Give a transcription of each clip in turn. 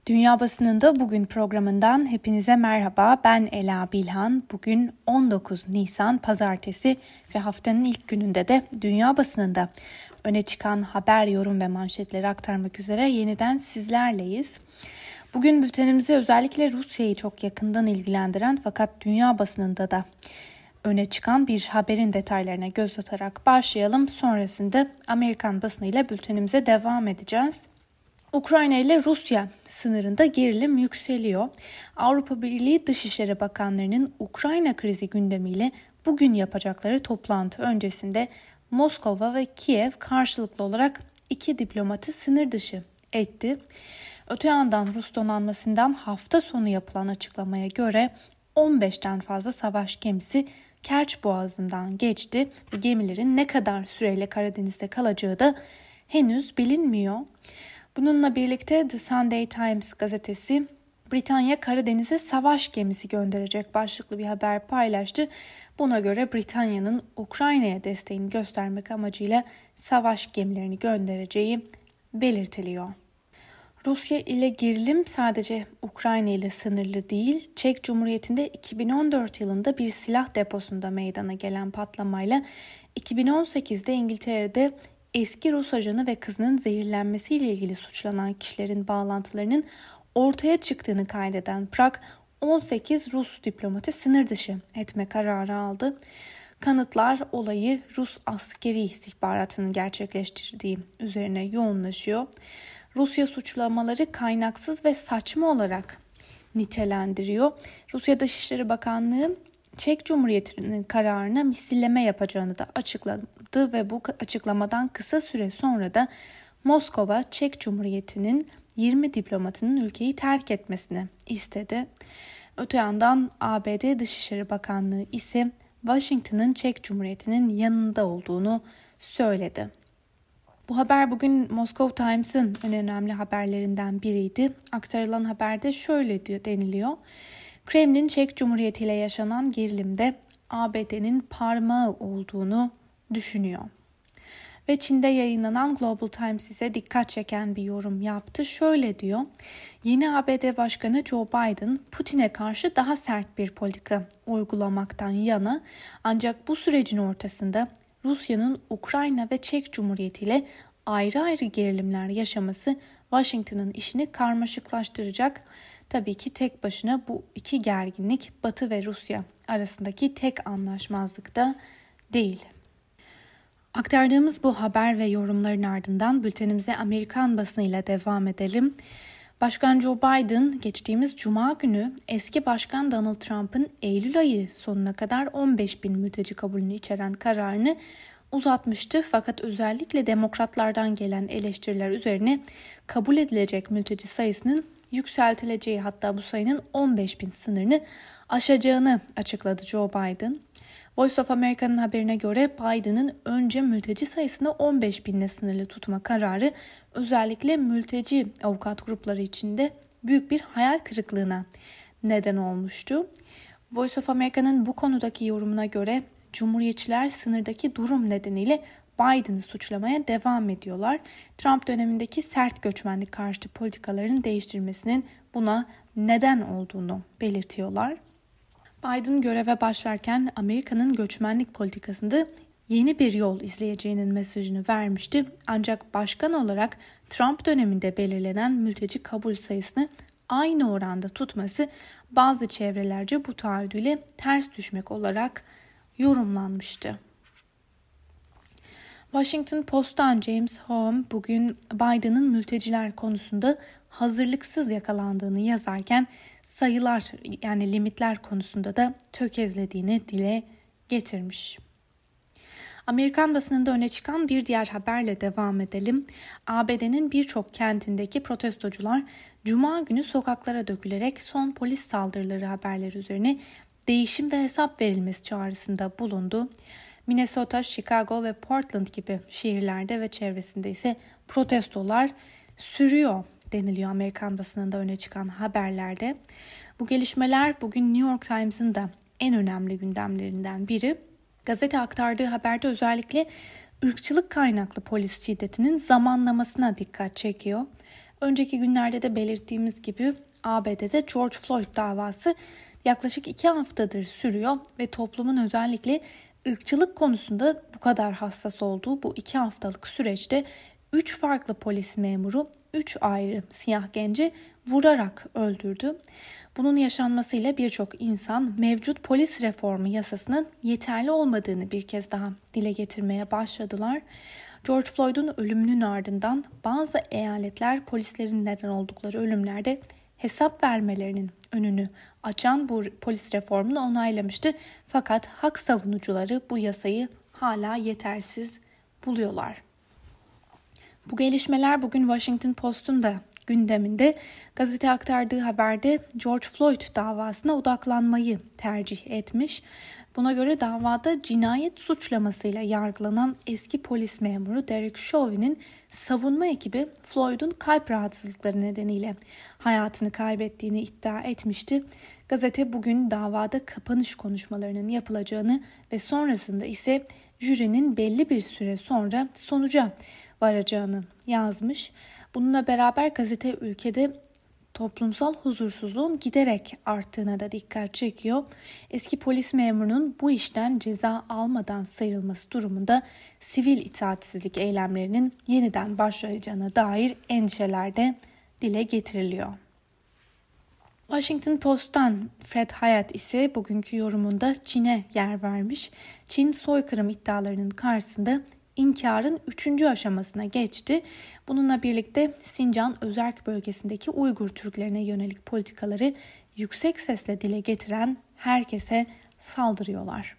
Dünya Basınında Bugün programından hepinize merhaba. Ben Ela Bilhan. Bugün 19 Nisan Pazartesi ve haftanın ilk gününde de Dünya Basınında öne çıkan haber, yorum ve manşetleri aktarmak üzere yeniden sizlerleyiz. Bugün bültenimize özellikle Rusya'yı çok yakından ilgilendiren fakat dünya basınında da öne çıkan bir haberin detaylarına göz atarak başlayalım. Sonrasında Amerikan basınıyla bültenimize devam edeceğiz. Ukrayna ile Rusya sınırında gerilim yükseliyor. Avrupa Birliği Dışişleri Bakanlarının Ukrayna krizi gündemiyle bugün yapacakları toplantı öncesinde Moskova ve Kiev karşılıklı olarak 2 diplomatı sınır dışı etti. Öte yandan Rus donanmasından hafta sonu yapılan açıklamaya göre 15'ten fazla savaş gemisi Kerç Boğazı'ndan geçti ve gemilerin ne kadar süreyle Karadeniz'de kalacağı da henüz bilinmiyor. Bununla birlikte The Sunday Times gazetesi Britanya Karadeniz'e savaş gemisi gönderecek başlıklı bir haber paylaştı. Buna göre Britanya'nın Ukrayna'ya desteğini göstermek amacıyla savaş gemilerini göndereceği belirtiliyor. Rusya ile gerilim sadece Ukrayna ile sınırlı değil. Çek Cumhuriyeti'nde 2014 yılında bir silah deposunda meydana gelen patlamayla 2018'de İngiltere'de eski Rus ajanı ve kızının zehirlenmesiyle ilgili suçlanan kişilerin bağlantılarının ortaya çıktığını kaydeden Prag, 18 Rus diplomatı sınır dışı etme kararı aldı. Kanıtlar olayı Rus askeri istihbaratının gerçekleştirdiği üzerine yoğunlaşıyor. Rusya suçlamaları kaynaksız ve saçma olarak nitelendiriyor. Rusya Dışişleri Bakanlığı Çek Cumhuriyeti'nin kararına misilleme yapacağını da açıkladı ve bu açıklamadan kısa süre sonra da Moskova, Çek Cumhuriyeti'nin 20 diplomatının ülkeyi terk etmesini istedi. Öte yandan ABD Dışişleri Bakanlığı ise Washington'ın Çek Cumhuriyeti'nin yanında olduğunu söyledi. Bu haber bugün Moscow Times'ın en önemli haberlerinden biriydi. Aktarılan haberde şöyle deniliyor. Kremlin Çek Cumhuriyeti ile yaşanan gerilimde ABD'nin parmağı olduğunu düşünüyor. Ve Çin'de yayınlanan Global Times ise dikkat çeken bir yorum yaptı. Şöyle diyor, yeni ABD Başkanı Joe Biden Putin'e karşı daha sert bir politika uygulamaktan yana, ancak bu sürecin ortasında Rusya'nın Ukrayna ve Çek Cumhuriyeti ile ayrı ayrı gerilimler yaşaması Washington'ın işini karmaşıklaştıracak. Tabii ki tek başına bu iki gerginlik Batı ve Rusya arasındaki tek anlaşmazlık da değil. Aktardığımız bu haber ve yorumların ardından bültenimize Amerikan basınıyla devam edelim. Başkan Joe Biden geçtiğimiz Cuma günü eski Başkan Donald Trump'ın Eylül ayı sonuna kadar 15 bin mülteci kabulünü içeren kararını uzatmıştı. Fakat özellikle demokratlardan gelen eleştiriler üzerine kabul edilecek mülteci sayısının yükseltileceği, hatta bu sayının 15 bin sınırını aşacağını açıkladı Joe Biden. Voice of America'nın haberine göre Biden'ın önce mülteci sayısını 15 binle sınırlı tutma kararı özellikle mülteci avukat grupları içinde büyük bir hayal kırıklığına neden olmuştu. Voice of America'nın bu konudaki yorumuna göre Cumhuriyetçiler sınırdaki durum nedeniyle Biden'ı suçlamaya devam ediyorlar. Trump dönemindeki sert göçmenlik karşıtı politikaların değiştirmesinin buna neden olduğunu belirtiyorlar. Biden göreve başlarken Amerika'nın göçmenlik politikasında yeni bir yol izleyeceğinin mesajını vermişti. Ancak başkan olarak Trump döneminde belirlenen mülteci kabul sayısını aynı oranda tutması bazı çevrelerce bu taahhüdüyle ters düşmek olarak yorumlanmıştı. Washington Post'tan James Home bugün Biden'ın mülteciler konusunda hazırlıksız yakalandığını yazarken sayılar, yani limitler konusunda da tökezlediğini dile getirmiş. Amerikan basınında öne çıkan bir diğer haberle devam edelim. ABD'nin birçok kentindeki protestocular Cuma günü sokaklara dökülerek son polis saldırıları haberleri üzerine değişim ve hesap verilmesi çağrısında bulundu. Minnesota, Chicago ve Portland gibi şehirlerde ve çevresinde ise protestolar sürüyor deniliyor Amerikan basınında öne çıkan haberlerde. Bu gelişmeler bugün New York Times'ın da en önemli gündemlerinden biri. Gazete aktardığı haberde özellikle ırkçılık kaynaklı polis şiddetinin zamanlamasına dikkat çekiyor. Önceki günlerde de belirttiğimiz gibi ABD'de George Floyd davası yaklaşık 2 haftadır sürüyor ve toplumun özellikle ırkçılık konusunda bu kadar hassas olduğu bu 2 haftalık süreçte 3 farklı polis memuru 3 ayrı siyah genci vurarak öldürdü. Bunun yaşanmasıyla birçok insan mevcut polis reformu yasasının yeterli olmadığını bir kez daha dile getirmeye başladılar. George Floyd'un ölümünün ardından bazı eyaletler polislerin neden oldukları ölümlerde hesap vermelerinin önünü açan bu polis reformunu onaylamıştı. Fakat hak savunucuları bu yasayı hala yetersiz buluyorlar. Bu gelişmeler bugün Washington Post'un da gündeminde. Gazete aktardığı haberde George Floyd davasına odaklanmayı tercih etmiş. Buna göre davada cinayet suçlamasıyla yargılanan eski polis memuru Derek Chauvin'in savunma ekibi Floyd'un kalp rahatsızlıkları nedeniyle hayatını kaybettiğini iddia etmişti. Gazete bugün davada kapanış konuşmalarının yapılacağını ve sonrasında ise jürinin belli bir süre sonra sonuca varacağını yazmış. Bununla beraber gazete ülkede toplumsal huzursuzluğun giderek arttığına da dikkat çekiyor. Eski polis memurunun bu işten ceza almadan sıyrılması durumunda sivil itaatsizlik eylemlerinin yeniden başlayacağına dair endişeler de dile getiriliyor. Washington Post'tan Fred Hayat ise bugünkü yorumunda Çin'e yer vermiş. Çin soykırım iddialarının karşısında İnkarın 3. aşamasına geçti. Bununla birlikte Sincan özerk bölgesindeki Uygur Türklerine yönelik politikaları yüksek sesle dile getiren herkese saldırıyorlar.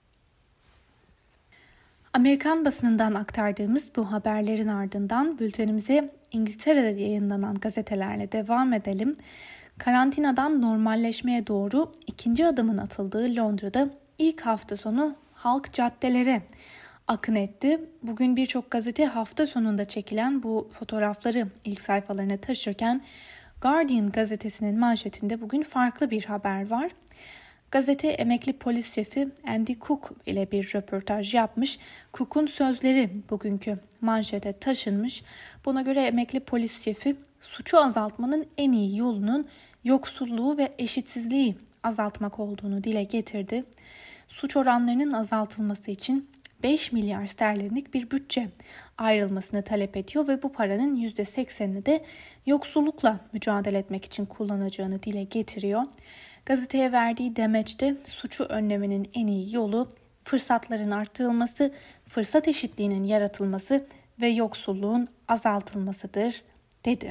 Amerikan basınından aktardığımız bu haberlerin ardından bültenimize İngiltere'de yayınlanan gazetelerle devam edelim. Karantinadan normalleşmeye doğru ikinci adımın atıldığı Londra'da ilk hafta sonu halk caddelere akın etti. Bugün birçok gazete hafta sonunda çekilen bu fotoğrafları ilk sayfalarına taşırken Guardian gazetesinin manşetinde bugün farklı bir haber var. Gazete emekli polis şefi Andy Cook ile bir röportaj yapmış. Cook'un sözleri bugünkü manşete taşınmış. Buna göre emekli polis şefi suçu azaltmanın en iyi yolunun yoksulluğu ve eşitsizliği azaltmak olduğunu dile getirdi. Suç oranlarının azaltılması için 5 milyar sterlinlik bir bütçe ayrılmasını talep ediyor ve bu paranın %80'ini de yoksullukla mücadele etmek için kullanacağını dile getiriyor. Gazeteye verdiği demeçte suçu önlemenin en iyi yolu fırsatların artırılması, fırsat eşitliğinin yaratılması ve yoksulluğun azaltılmasıdır dedi.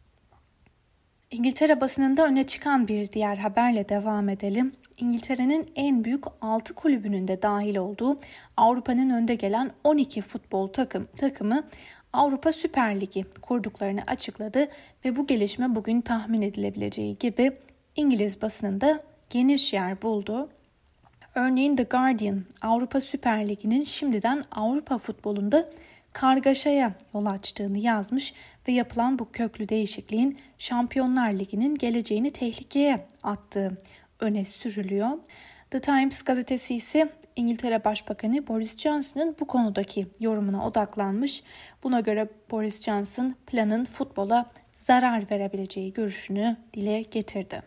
İngiltere basınında öne çıkan bir diğer haberle devam edelim. İngiltere'nin en büyük 6 kulübünün de dahil olduğu Avrupa'nın önde gelen 12 futbol takımı Avrupa Süper Ligi kurduklarını açıkladı ve bu gelişme bugün tahmin edilebileceği gibi İngiliz basınında geniş yer buldu. Örneğin The Guardian, Avrupa Süper Ligi'nin şimdiden Avrupa futbolunda kargaşaya yol açtığını yazmış ve yapılan bu köklü değişikliğin Şampiyonlar Ligi'nin geleceğini tehlikeye attığı öne sürülüyor. The Times gazetesi ise İngiltere Başbakanı Boris Johnson'ın bu konudaki yorumuna odaklanmış. Buna göre Boris Johnson planın futbola zarar verebileceği görüşünü dile getirdi.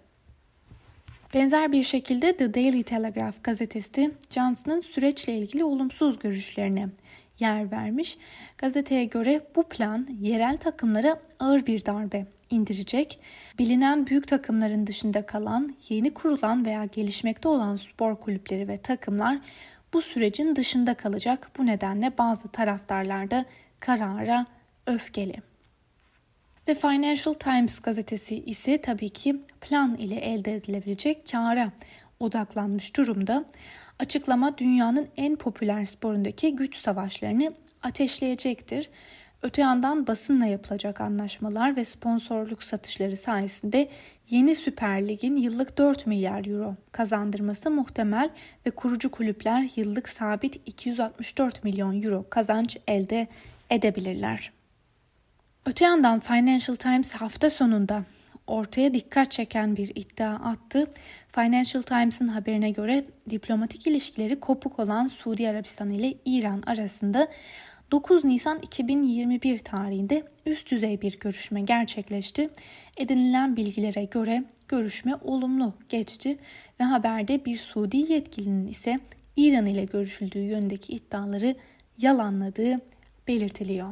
Benzer bir şekilde The Daily Telegraph gazetesi Johnson'ın süreçle ilgili olumsuz görüşlerine yer vermiş. Gazeteye göre bu plan yerel takımlara ağır bir darbe indirecek. Bilinen büyük takımların dışında kalan, yeni kurulan veya gelişmekte olan spor kulüpleri ve takımlar bu sürecin dışında kalacak. Bu nedenle bazı taraftarlar da karara öfkeli. The Financial Times gazetesi ise tabii ki plan ile elde edilebilecek kâra odaklanmış durumda. Açıklama dünyanın en popüler sporundaki güç savaşlarını ateşleyecektir. Öte yandan basınla yapılacak anlaşmalar ve sponsorluk satışları sayesinde yeni Süper Lig'in yıllık 4 milyar euro kazandırması muhtemel ve kurucu kulüpler yıllık sabit 264 milyon euro kazanç elde edebilirler. Öte yandan Financial Times hafta sonunda ortaya dikkat çeken bir iddia attı. Financial Times'ın haberine göre diplomatik ilişkileri kopuk olan Suudi Arabistan ile İran arasında 9 Nisan 2021 tarihinde üst düzey bir görüşme gerçekleşti. Edinilen bilgilere göre görüşme olumlu geçti ve haberde bir Suudi yetkilinin ise İran ile görüşüldüğü yönündeki iddiaları yalanladığı belirtiliyor.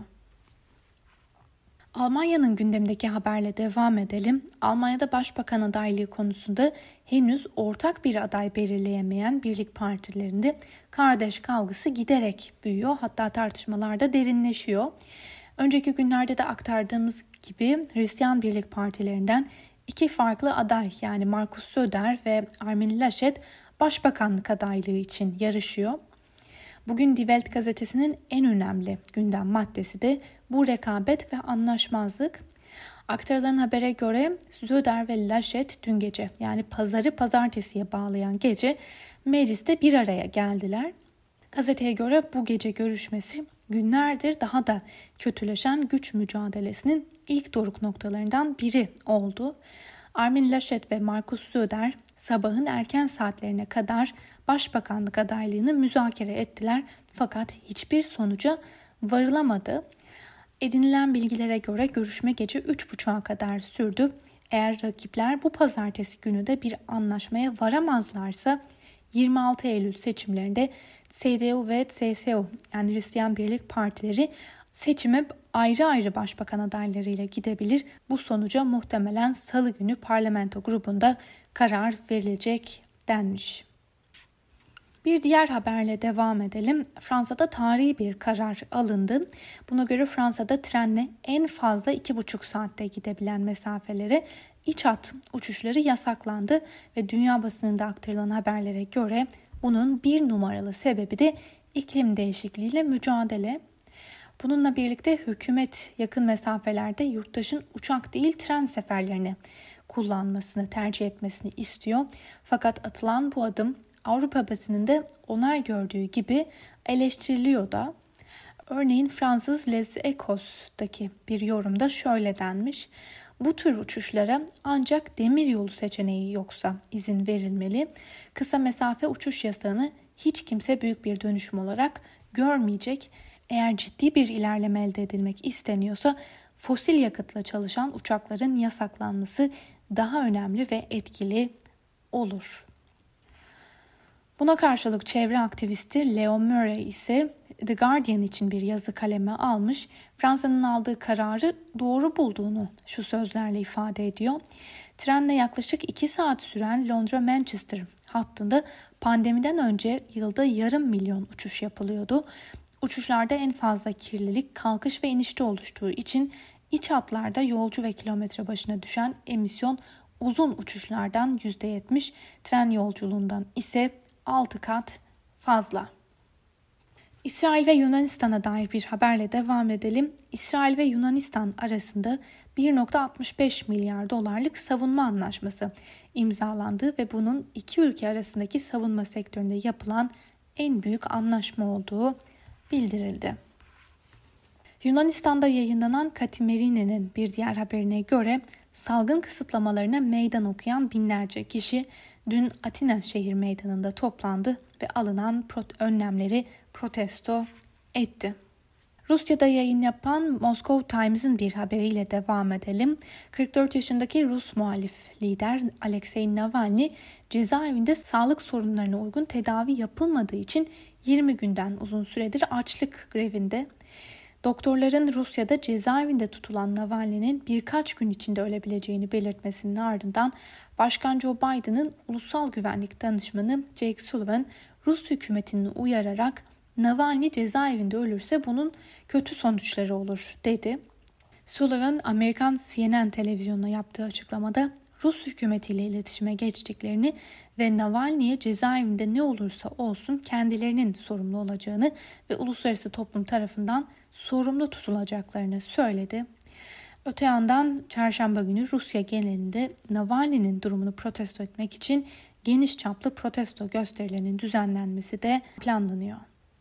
Almanya'nın gündemindeki haberle devam edelim. Almanya'da başbakan adaylığı konusunda henüz ortak bir aday belirleyemeyen birlik partilerinde kardeş kavgası giderek büyüyor. Hatta tartışmalar da derinleşiyor. Önceki günlerde de aktardığımız gibi Hristiyan Birlik Partilerinden iki farklı aday yani Markus Söder ve Armin Laschet başbakanlık adaylığı için yarışıyor. Bugün Die Welt gazetesinin en önemli gündem maddesi de bu rekabet ve anlaşmazlık. Aktarılan habere göre Söder ve Laschet dün gece yani pazarı pazartesiye bağlayan gece mecliste bir araya geldiler. Gazeteye göre bu gece görüşmesi günlerdir daha da kötüleşen güç mücadelesinin ilk doruk noktalarından biri oldu. Armin Laschet ve Markus Söder sabahın erken saatlerine kadar başbakanlık adaylığını müzakere ettiler fakat hiçbir sonuca varılamadı. Edinilen bilgilere göre görüşme gece 3.30'a kadar sürdü. Eğer rakipler bu pazartesi günü de bir anlaşmaya varamazlarsa 26 Eylül seçimlerinde CDU ve CSU yani Hristiyan Birlik Partileri seçime ayrı ayrı başbakan adaylarıyla gidebilir. Bu sonuca muhtemelen Salı günü parlamento grubunda karar verilecek denmiş. Bir diğer haberle devam edelim. Fransa'da tarihi bir karar alındı. Buna göre Fransa'da trenle en fazla 2,5 saatte gidebilen mesafelere iç hat uçuşları yasaklandı ve dünya basınında aktarılan haberlere göre bunun bir numaralı sebebi de iklim değişikliğiyle mücadele. Bununla birlikte hükümet yakın mesafelerde yurttaşın uçak değil tren seferlerini kullanmasını tercih etmesini istiyor. Fakat atılan bu adım Avrupa basınında onay gördüğü gibi eleştiriliyor da. Örneğin Fransız Les Echos'taki bir yorumda şöyle denmiş. Bu tür uçuşlara ancak demiryolu seçeneği yoksa izin verilmeli. Kısa mesafe uçuş yasağını hiç kimse büyük bir dönüşüm olarak görmeyecek. Eğer ciddi bir ilerleme elde edilmek isteniyorsa fosil yakıtla çalışan uçakların yasaklanması daha önemli ve etkili olur. Buna karşılık çevre aktivisti Leo Murray ise The Guardian için bir yazı kaleme almış. Fransa'nın aldığı kararı doğru bulduğunu şu sözlerle ifade ediyor. Trenle yaklaşık 2 saat süren Londra-Manchester hattında pandemiden önce yılda 500.000 uçuş yapılıyordu. Uçuşlarda en fazla kirlilik kalkış ve inişte oluştuğu için iç hatlarda yolcu ve kilometre başına düşen emisyon uzun uçuşlardan %70, tren yolculuğundan ise 6 kat fazla. İsrail ve Yunanistan'a dair bir haberle devam edelim. İsrail ve Yunanistan arasında 1,65 milyar dolarlık savunma anlaşması imzalandı ve bunun iki ülke arasındaki savunma sektöründe yapılan en büyük anlaşma olduğu bildirildi. Yunanistan'da yayınlanan Katimerine'nin bir diğer haberine göre salgın kısıtlamalarına meydan okuyan binlerce kişi dün Atina şehir meydanında toplandı ve alınan önlemleri protesto etti. Rusya'da yayın yapan Moscow Times'ın bir haberiyle devam edelim. 44 yaşındaki Rus muhalif lider Alexei Navalny cezaevinde sağlık sorunlarına uygun tedavi yapılmadığı için 20 günden uzun süredir açlık grevinde. Doktorların Rusya'da cezaevinde tutulan Navalny'nin birkaç gün içinde ölebileceğini belirtmesinin ardından Başkan Joe Biden'ın ulusal güvenlik danışmanı Jake Sullivan Rus hükümetini uyararak Navalny cezaevinde ölürse bunun kötü sonuçları olur dedi. Sullivan Amerikan CNN televizyonuna yaptığı açıklamada Rus hükümetiyle iletişime geçtiklerini ve Navalny'ye cezaevinde ne olursa olsun kendilerinin sorumlu olacağını ve uluslararası toplum tarafından sorumlu tutulacaklarını söyledi. Öte yandan çarşamba günü Rusya genelinde Navalny'nin durumunu protesto etmek için geniş çaplı protesto gösterilerinin düzenlenmesi de planlanıyor.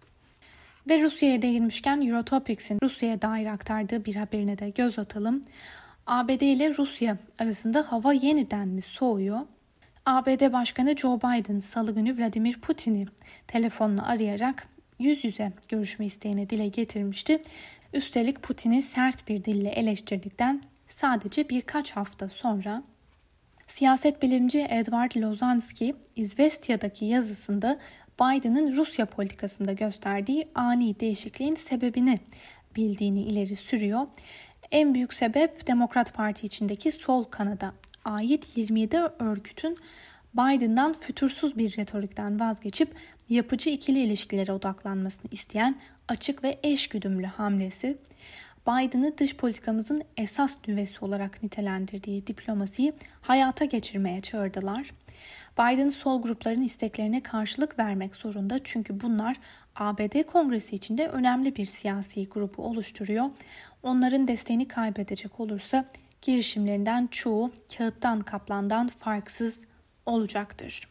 Ve Rusya'ya değinmişken Eurotopics'in Rusya'ya dair aktardığı bir haberine de göz atalım. ABD ile Rusya arasında hava yeniden mi soğuyor? ABD Başkanı Joe Biden Salı günü Vladimir Putin'i telefonla arayarak yüz yüze görüşme isteğini dile getirmişti. Üstelik Putin'i sert bir dille eleştirdikten sadece birkaç hafta sonra siyaset bilimci Edward Lozansky, İzvestiya'daki yazısında Biden'ın Rusya politikasında gösterdiği ani değişikliğin sebebini bildiğini ileri sürüyor. En büyük sebep Demokrat Parti içindeki sol kanada ait 27 örgütün Biden'dan fütursuz bir retorikten vazgeçip yapıcı ikili ilişkilere odaklanmasını isteyen açık ve eşgüdümlü hamlesi. Biden'ı dış politikamızın esas nüvesi olarak nitelendirdiği diplomasiyi hayata geçirmeye çağırdılar. Biden sol grupların isteklerine karşılık vermek zorunda çünkü bunlar ABD Kongresi içinde önemli bir siyasi grubu oluşturuyor. Onların desteğini kaybedecek olursa girişimlerinden çoğu kağıttan kaplandan farksız olacaktır.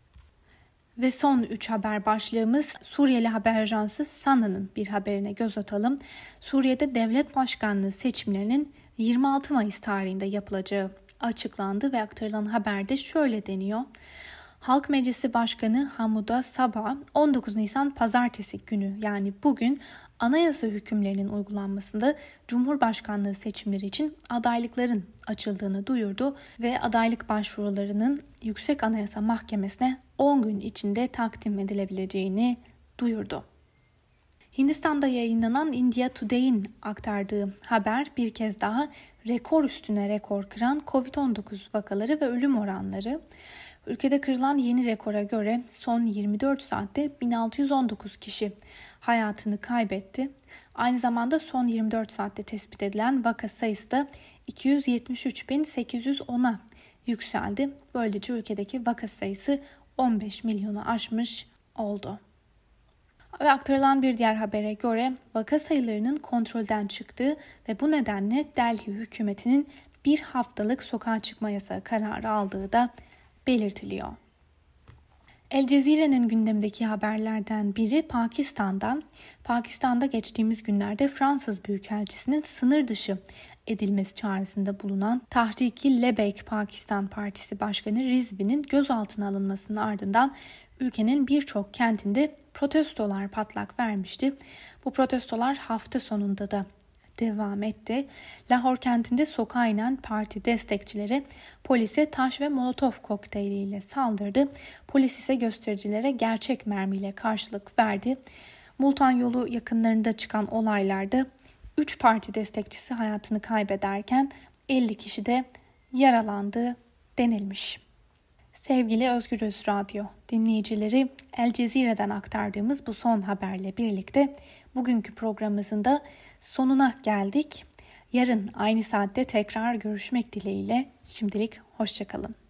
Ve son 3 haber başlığımız Suriyeli haber ajansı SANA'nın bir haberine göz atalım. Suriye'de devlet başkanlığı seçimlerinin 26 Mayıs tarihinde yapılacağı açıklandı ve aktarılan haberde şöyle deniyor. Halk Meclisi Başkanı Hamuda Sabah 19 Nisan Pazartesi günü yani bugün anayasa hükümlerinin uygulanmasında Cumhurbaşkanlığı seçimleri için adaylıkların açıldığını duyurdu ve adaylık başvurularının Yüksek Anayasa Mahkemesi'ne 10 gün içinde takdim edilebileceğini duyurdu. Hindistan'da yayınlanan India Today'in aktardığı haber bir kez daha rekor üstüne rekor kıran COVID-19 vakaları ve ölüm oranları. Ülkede kırılan yeni rekora göre son 24 saatte 1619 kişi hayatını kaybetti. Aynı zamanda son 24 saatte tespit edilen vaka sayısı da 273.810'a yükseldi. Böylece ülkedeki vaka sayısı 15 milyonu aşmış oldu. Ve aktarılan bir diğer habere göre vaka sayılarının kontrolden çıktığı ve bu nedenle Delhi hükümetinin bir haftalık sokağa çıkma yasağı kararı aldığı da belirtiliyor. El Cezire'nin gündemdeki haberlerden biri Pakistan'dan. Pakistan'da geçtiğimiz günlerde Fransız Büyükelçisi'nin sınır dışı edilmesi çağrısında bulunan Tahrik-i Lebeyk Pakistan Partisi Başkanı Rizvi'nin gözaltına alınmasının ardından ülkenin birçok kentinde protestolar patlak vermişti. Bu protestolar hafta sonunda da devam etti. Lahor kentinde sokağa inen parti destekçileri polise taş ve molotof kokteyliyle saldırdı. Polis ise göstericilere gerçek mermiyle karşılık verdi. Multan yolu yakınlarında çıkan olaylarda 3 parti destekçisi hayatını kaybederken 50 kişi de yaralandı denilmiş. Sevgili Özgürüz Radyo dinleyicileri, El Cezire'den aktardığımız bu son haberle birlikte bugünkü programımızın da sonuna geldik. Yarın aynı saatte tekrar görüşmek dileğiyle şimdilik hoşça kalın.